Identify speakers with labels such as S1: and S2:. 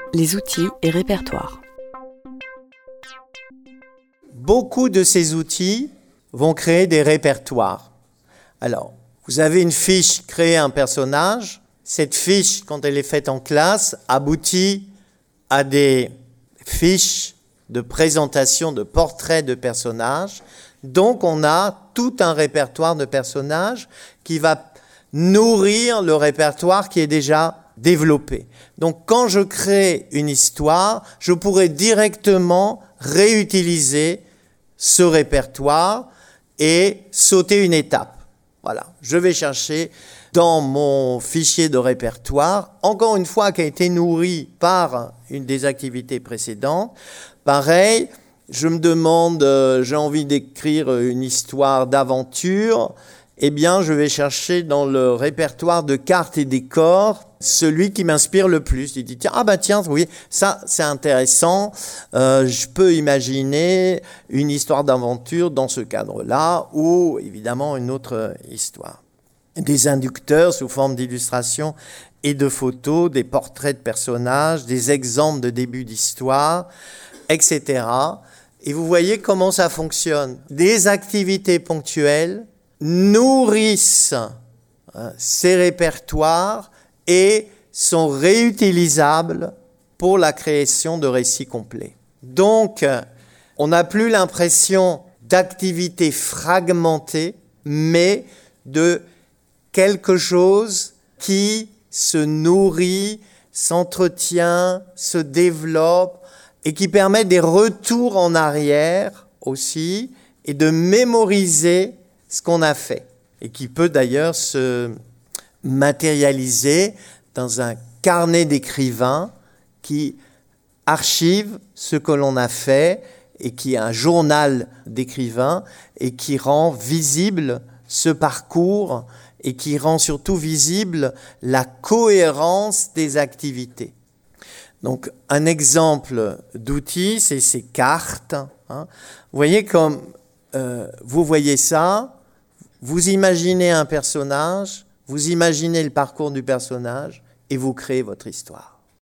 S1: Les outils et répertoires.
S2: Beaucoup de ces outils vont créer des répertoires. Alors, vous avez une fiche « Créer un personnage ». Cette fiche, quand elle est faite en classe, aboutit à des fiches de présentation de portraits de personnages. Donc, on a tout un répertoire de personnages qui va nourrir le répertoire qui est déjà développé. Donc, quand je crée une histoire, je pourrais directement réutiliser ce répertoire et sauter une étape. Voilà, je vais chercher dans mon fichier de répertoire, encore une fois, qui a été nourri par une des activités précédentes. Pareil, je me demande, j'ai envie d'écrire une histoire d'aventure, eh bien, je vais chercher dans le répertoire de cartes et décors celui qui m'inspire le plus. Il dit, tiens, oui, ça, c'est intéressant. Je peux imaginer une histoire d'aventure dans ce cadre-là ou, évidemment, une autre histoire. Des inducteurs sous forme d'illustrations et de photos, des portraits de personnages, des exemples de début d'histoire, etc. Et vous voyez comment ça fonctionne. Des activités ponctuelles nourrissent ces répertoires et sont réutilisables pour la création de récits complets. Donc, on n'a plus l'impression d'activités fragmentées, mais de quelque chose qui se nourrit, s'entretient, se développe et qui permet des retours en arrière aussi et de mémoriser ce qu'on a fait et qui peut d'ailleurs se matérialiser dans un carnet d'écrivain qui archive ce que l'on a fait et qui est un journal d'écrivain et qui rend visible ce parcours et qui rend surtout visible la cohérence des activités. Donc, un exemple d'outil, c'est ces cartes. Vous voyez comme vous voyez ça, vous imaginez un personnage, vous imaginez le parcours du personnage et vous créez votre histoire.